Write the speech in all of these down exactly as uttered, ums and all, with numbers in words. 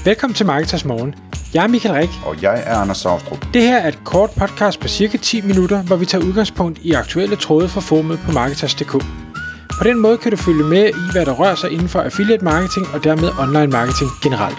Velkommen til Marketers Morgen. Jeg er Michael Rik. Og jeg er Anders Saustrup. Det her er et kort podcast på cirka ti minutter, hvor vi tager udgangspunkt i aktuelle tråde fra forumet på Marketers punktum d k. På den måde kan du følge med i, hvad der rører sig inden for affiliate marketing og dermed online marketing generelt.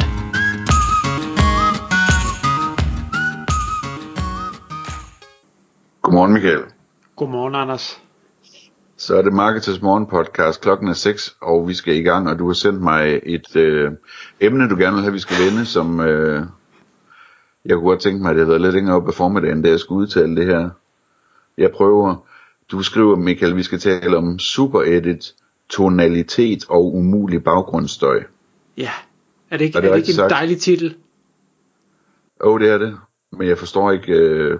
Godmorgen Michael. Godmorgen Anders. Så er det Marketers Morgen podcast. Klokken er seks, og vi skal i gang, og du har sendt mig et øh, emne, du gerne vil have, vi skal vende, som øh, jeg kunne godt tænke mig, at det havde været lidt længere op ad formiddagen, da jeg skulle udtale det her. Jeg prøver. Du skriver, Michael, vi skal tale om superedit, tonalitet og umulig baggrundsstøj. Ja, er det ikke, er det er det ikke en sagt? Dejlig titel? Åh, oh, det er det. Men jeg forstår ikke... Øh,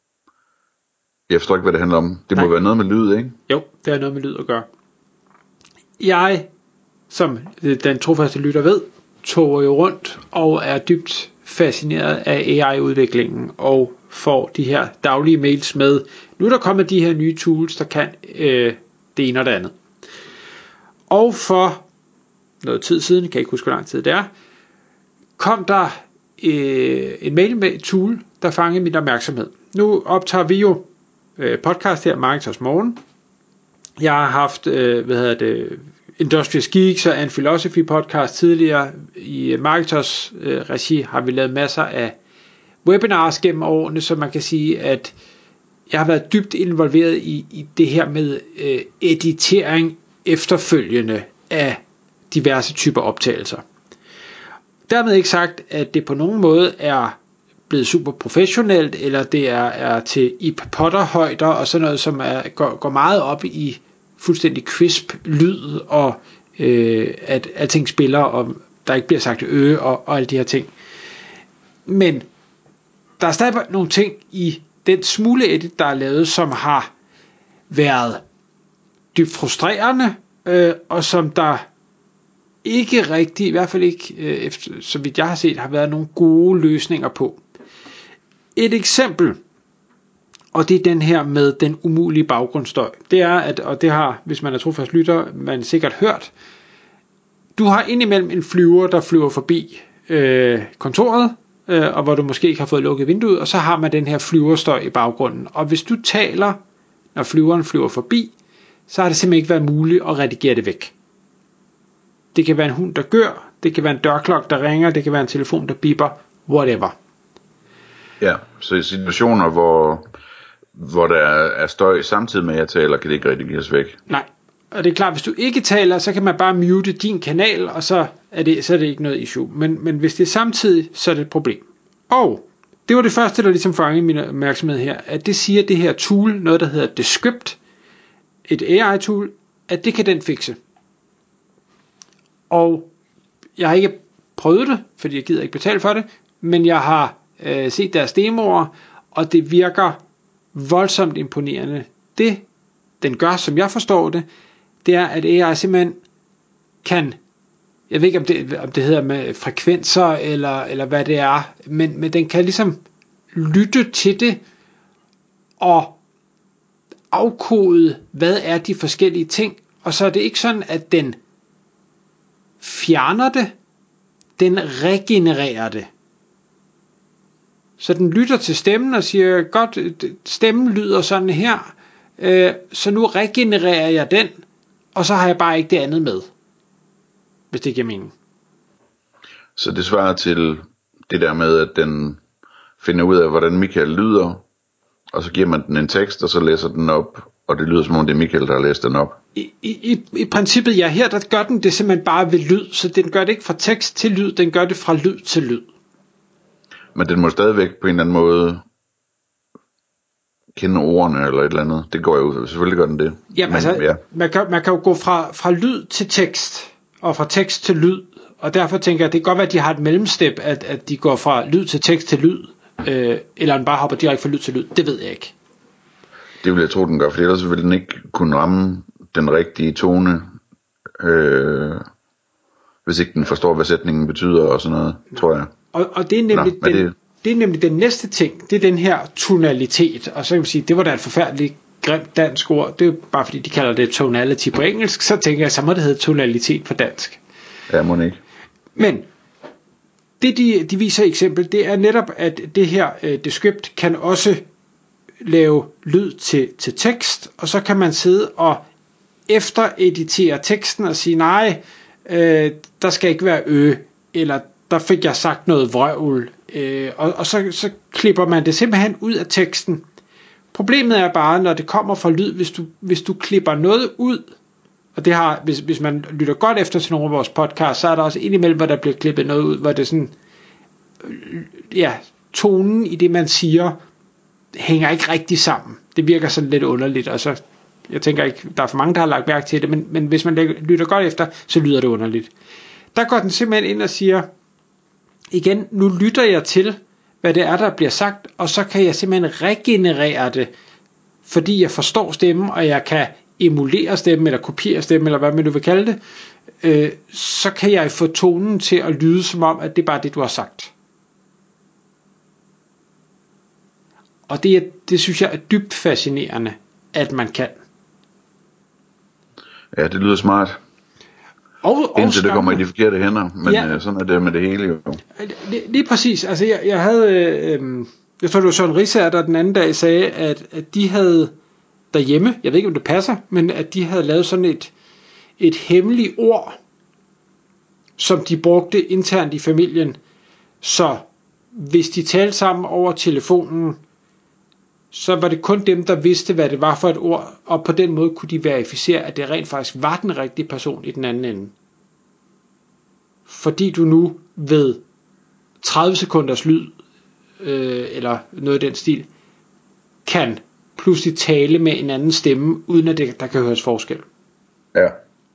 Jeg forstår ikke, hvad det handler om. Det Nej. må være noget med lyd, ikke? Jo, det har noget med lyd at gøre. Jeg, som den trofaste lytter ved, tog jo rundt og er dybt fascineret af A I-udviklingen og får de her daglige mails med, nu er der kommet de her nye tools, der kan øh, det ene og det andet. Og for noget tid siden, kan jeg ikke huske, hvor lang tid det er, kom der øh, en mail med et tool, der fangede min opmærksomhed. Nu optager vi jo podcast her, Marketers Morgen. Jeg har haft, øh, hvad hedder det, Industrious Geeks og And Philosophy podcast tidligere. I Marketers øh, regi har vi lavet masser af webinars gennem årene, så man kan sige, at jeg har været dybt involveret i, i det her med øh, editering efterfølgende af diverse typer optagelser. Dermed ikke sagt, at det på nogen måde er blevet super professionelt, eller det er, er til Ip Potter højder og sådan noget, som er, går, går meget op i fuldstændig crisp lyd, og øh, at alting spiller, og der ikke bliver sagt ø, og, og alle de her ting. Men der er stadig nogle ting i den smule edit, der er lavet, som har været dybt frustrerende, øh, og som der ikke rigtig, i hvert fald ikke, øh, efter, så vidt jeg har set, har været nogle gode løsninger på. Et eksempel, og det er den her med den umulige baggrundsstøj, det er, at, og det har, hvis man er trofast lytter, man sikkert hørt, du har indimellem en flyver, der flyver forbi øh, kontoret, øh, og hvor du måske ikke har fået lukket vinduet, og så har man den her flyverstøj i baggrunden. Og hvis du taler, når flyveren flyver forbi, så har det simpelthen ikke været muligt at redigere det væk. Det kan være en hund, der gør, det kan være en dørklok, der ringer, det kan være en telefon, der bipper, whatever. Ja, så i situationer, hvor, hvor der er støj samtidig med, at jeg taler, kan det ikke redigeres væk. Nej, og det er klart, hvis du ikke taler, så kan man bare mute din kanal, og så er det, så er det ikke noget issue. Men, men hvis det er samtidig, så er det et problem. Og det var det første, der ligesom fangede min opmærksomhed her, at det siger det her tool, noget der hedder Descript, et A I-tool, at det kan den fikse. Og jeg har ikke prøvet det, fordi jeg gider ikke betale for det, men jeg har øh, set deres demoer, og det virker voldsomt imponerende. Det, den gør, som jeg forstår det, det er, at A I simpelthen kan, jeg ved ikke, om det, om det hedder med frekvenser, eller, eller hvad det er, men, men den kan ligesom lytte til det, og afkode, hvad er de forskellige ting, og så er det ikke sådan, at den fjerner det, den regenererer det. Så den lytter til stemmen og siger, godt, stemmen lyder sådan her, øh, så nu regenererer jeg den, og så har jeg bare ikke det andet med, hvis det giver mening. Så det svarer til det der med, at den finder ud af, hvordan Michael lyder, og så giver man den en tekst, og så læser den op, og det lyder som om det er Michael, der har læst den op. I, i, i princippet, ja, her der gør den det simpelthen bare ved lyd, så den gør det ikke fra tekst til lyd, den gør det fra lyd til lyd. Men den må stadigvæk på en eller anden måde kende ordene eller et eller andet. Det går jo, selvfølgelig gør den det. Jamen, Men, altså, ja. man, kan, man kan jo gå fra, fra lyd til tekst, og fra tekst til lyd, og derfor tænker jeg, det kan godt være, at de har et mellemstep, at, at de går fra lyd til tekst til lyd, øh, eller den bare hopper direkte fra lyd til lyd, det ved jeg ikke. Det vil jeg tro, den gør, for ellers vil den ikke kunne ramme den rigtige tone, øh, hvis ikke den forstår, hvad sætningen betyder og sådan noget, Nå. tror jeg. Og, og det, er nemlig Nå, den, det... det er nemlig den næste ting, det er den her tonalitet, og så kan man sige, det var da et forfærdeligt grimt dansk ord, det er bare fordi de kalder det tonality på engelsk, så tænker jeg, så må det hedde tonalitet på dansk. Ja, må ikke. Men det de, de viser eksempel, det er netop, at det her øh, Descript kan også lave lyd til, til tekst, og så kan man sidde og eftereditere teksten og sige, nej, øh, der skal ikke være ø, eller der fik jeg sagt noget vrøvl, øh, og, og så, så klipper man det simpelthen ud af teksten. Problemet er bare, når det kommer fra lyd, hvis du, hvis du klipper noget ud, og det har, hvis, hvis man lytter godt efter til nogle af vores podcasts, så er der også indimellem, hvor der bliver klippet noget ud, hvor det sådan, ja, tonen i det, man siger, hænger ikke rigtig sammen. Det virker sådan lidt underligt, og så, jeg tænker ikke, der er for mange, der har lagt mærke til det, men, men hvis man lytter godt efter, så lyder det underligt. Der går den simpelthen ind og siger, igen, nu lytter jeg til, hvad det er, der bliver sagt, og så kan jeg simpelthen regenerere det, fordi jeg forstår stemmen, og jeg kan emulere stemmen, eller kopiere stemmen, eller hvad man nu vil kalde det, øh, så kan jeg få tonen til at lyde som om, at det er bare det, du har sagt. Og det, er, det synes jeg er dybt fascinerende, at man kan. Ja, det lyder smart. Og, og indtil det kommer i de forkerte hænder, men ja. Sådan er det med det hele jo. Lige, lige præcis, altså jeg, jeg havde, øh, jeg tror det var Søren Riisager, der den anden dag sagde, at, at de havde derhjemme, jeg ved ikke om det passer, men at de havde lavet sådan et, et hemmeligt ord, som de brugte internt i familien, så hvis de talte sammen over telefonen, så var det kun dem, der vidste, hvad det var for et ord, og på den måde kunne de verificere, at det rent faktisk var den rigtige person i den anden ende. Fordi du nu ved tredive sekunders lyd, øh, eller noget i den stil, kan pludselig tale med en anden stemme, uden at det, der kan høres forskel. Ja.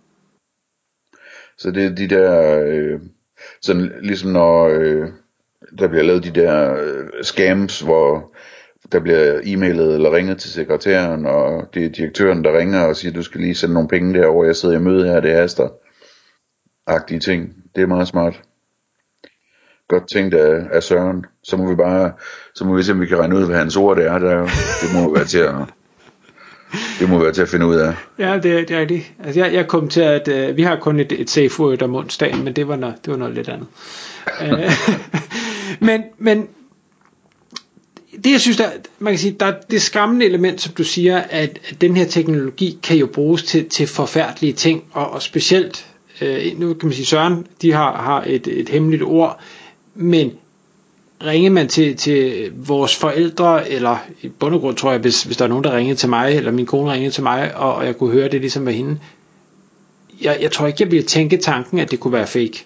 Så det er de der, øh, sådan ligesom når øh, der bliver lavet de der øh, scams, hvor der bliver e-mailet eller ringet til sekretæren, og det er direktøren, der ringer og siger, du skal lige sende nogle penge derover, jeg sidder i møde her, det haster. Agtige ting. Det er meget smart. Godt tænkt af, af Søren. Så må vi bare, så må vi se, om vi kan regne ud, hvad hans ord det er. Der, det må være til at, det må være til at finde ud af. Ja, det, det er rigtigt. Altså jeg, jeg kom til at, uh, vi har kun et, et safe word om onsdagen, men det var noget, det var noget lidt andet. uh, men, men det jeg synes, der, man kan sige, der er det skræmmende element, som du siger, at, at den her teknologi kan jo bruges til, til forfærdelige ting, og, og specielt, øh, nu kan man sige, Søren, de har, har et, et hemmeligt ord, men ringer man til, til vores forældre, eller i bund og grund tror jeg, hvis, hvis der er nogen, der ringede til mig, eller min kone ringede til mig, og, og jeg kunne høre det ligesom med hende, jeg, jeg tror ikke, jeg ville tænke tanken, at det kunne være fake.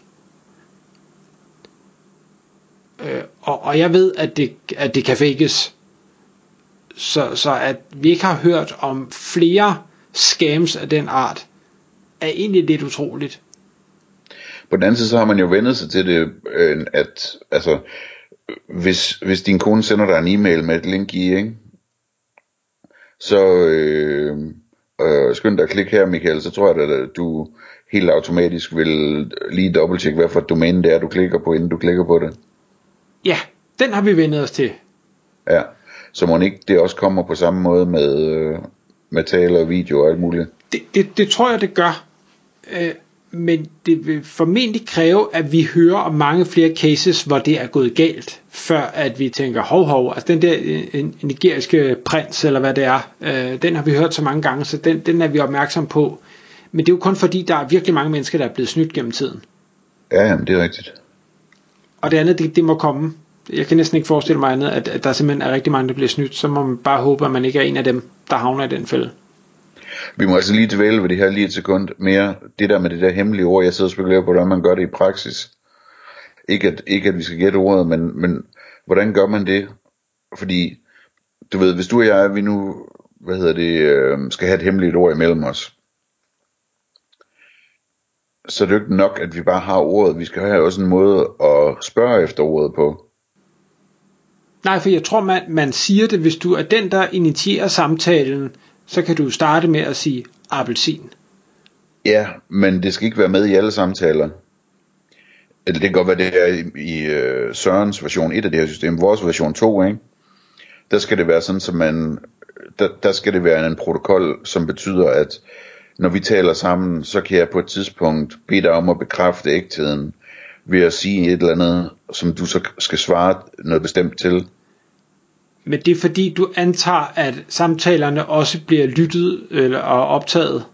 Øh, og, og jeg ved, at det, at det kan fakes. Så, så at vi ikke har hørt om flere scams af den art, er egentlig lidt utroligt. På den anden side, så har man jo vendet sig til det, øh, at altså, hvis, hvis din kone sender dig en e-mail med et link i, ikke? Så øh, øh, skynd dig at klikke her, Michael, så tror jeg, at du helt automatisk vil lige dobbelttjekke, hvad for et domæne det er, du klikker på, inden du klikker på det. Ja, den har vi vendet os til. Ja, så må ikke det også kommer på samme måde med, øh, med tale og video og alt muligt. Det, det, det tror jeg, det gør. Øh, men det vil formentlig kræve, at vi hører om mange flere cases, hvor det er gået galt, før at vi tænker, hov hov, altså den der en, nigeriske prins, eller hvad det er, øh, den har vi hørt så mange gange, så den, den er vi opmærksom på. Men det er jo kun fordi, der er virkelig mange mennesker, der er blevet snydt gennem tiden. Ja, jamen, det er rigtigt. Og det andet, det, det må komme. Jeg kan næsten ikke forestille mig andet, at, at der simpelthen er rigtig mange, der bliver snydt. Så må man bare håbe, at man ikke er en af dem, der havner i den fælde. Vi må altså lige dvæle ved det her lige et sekund mere. Det der med det der hemmelige ord, jeg sidder og spekulerer på, hvordan man gør det i praksis. Ikke at, ikke at vi skal gætte ordet, men, men hvordan gør man det? Fordi, du ved, hvis du og jeg, vi nu, hvad hedder det, øh, skal have et hemmeligt ord imellem os, så er det jo ikke nok, at vi bare har ordet. Vi skal have også en måde at spørge efter ordet på. Nej, for jeg tror, man, man siger det, hvis du er den, der initierer samtalen, så kan du starte med at sige appelsin. Ja, men det skal ikke være med i alle samtaler. Eller det kan godt være, det er i, i uh, Sørens version et af det her system. Vores version to, ikke? Der skal det være sådan, så man, der, der skal det være en protokol, som betyder, at når vi taler sammen, så kan jeg på et tidspunkt bede dig om at bekræfte ægtheden. ved at sige et eller andet, som du så skal svare noget bestemt til. Men det er fordi, du antager, at samtalerne også bliver lyttet eller, og optaget?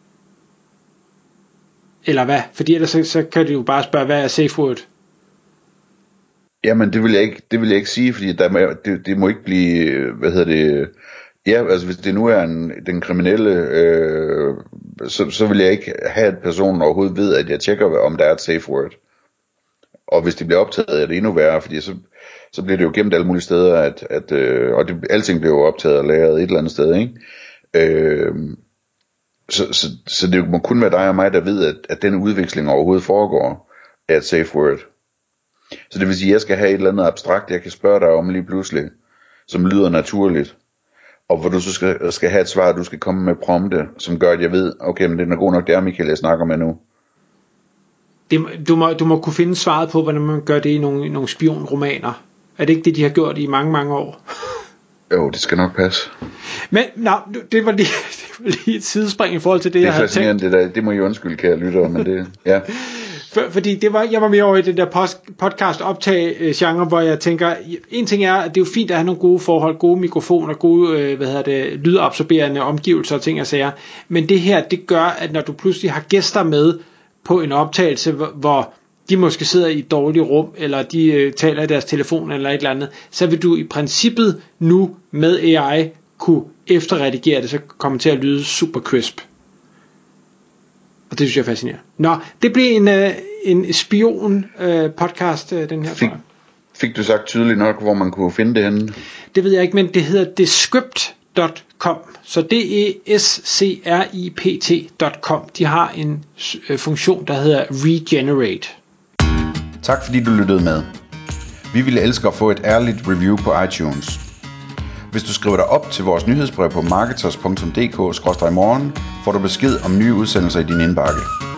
Eller hvad? Fordi ellers så, så kan du jo bare spørge, hvad er safe word? Jamen, det vil jeg ikke, det vil jeg ikke sige, fordi der må, det, det må ikke blive, hvad hedder det... Ja, altså hvis det nu er en, den kriminelle, øh, så, så vil jeg ikke have, at personen overhovedet ved, at jeg tjekker, om der er et safe word. Og hvis det bliver optaget, er det endnu værre, fordi så, så bliver det jo gemt alle mulige steder, at, at, øh, og det, alting bliver jo optaget og lagret et eller andet sted, ikke? Øh, så, så, så det må kun være dig og mig, der ved, at, at den udveksling overhovedet foregår af et safe word. Så det vil sige, at jeg skal have et eller andet abstrakt, jeg kan spørge dig om lige pludselig, som lyder naturligt. Og hvor du så skal, skal have et svar, du skal komme med prompte, som gør, at jeg ved, okay, men det er god nok, det er Michael, jeg snakker med nu. Det, du, må, du må kunne finde svaret på, hvordan man gør det i nogle, nogle spionromaner. Er det ikke det, de har gjort i mange, mange år? Jo, det skal nok passe. Men no, det, var lige, det var lige et sidespring i forhold til det, det jeg havde tænkt. Det er fascinerende, det der. Det må I undskylde, kære lyttere, men det, ja. For, fordi det var, jeg var mere over i den der podcast optag genre, hvor jeg tænker, en ting er, at det er jo fint at have nogle gode forhold, gode mikrofoner, gode øh, hvad hedder det, lydabsorberende omgivelser og ting og sager, men det her, det gør, at når du pludselig har gæster med på en optagelse, hvor de måske sidder i et dårligt rum, eller de øh, taler i deres telefon eller et eller andet, så vil du i princippet nu med A I kunne efterredigere det, så kommer til at lyde super crisp. Og det synes jeg er fascinerende. Nå, det blev en, øh, en spion øh, podcast, øh, den her. Fik, fik du sagt tydeligt nok, hvor man kunne finde det henne? Det ved jeg ikke, men det hedder descript punktum com. Så D E S C R I P T punktum com. De har en øh, funktion, der hedder Regenerate. Tak fordi du lyttede med. Vi ville elske at få et ærligt review på iTunes. Hvis du skriver dig op til vores nyhedsbrev på marketers punktum d k skråstreg morgen, får du besked om nye udsendelser i din indbakke.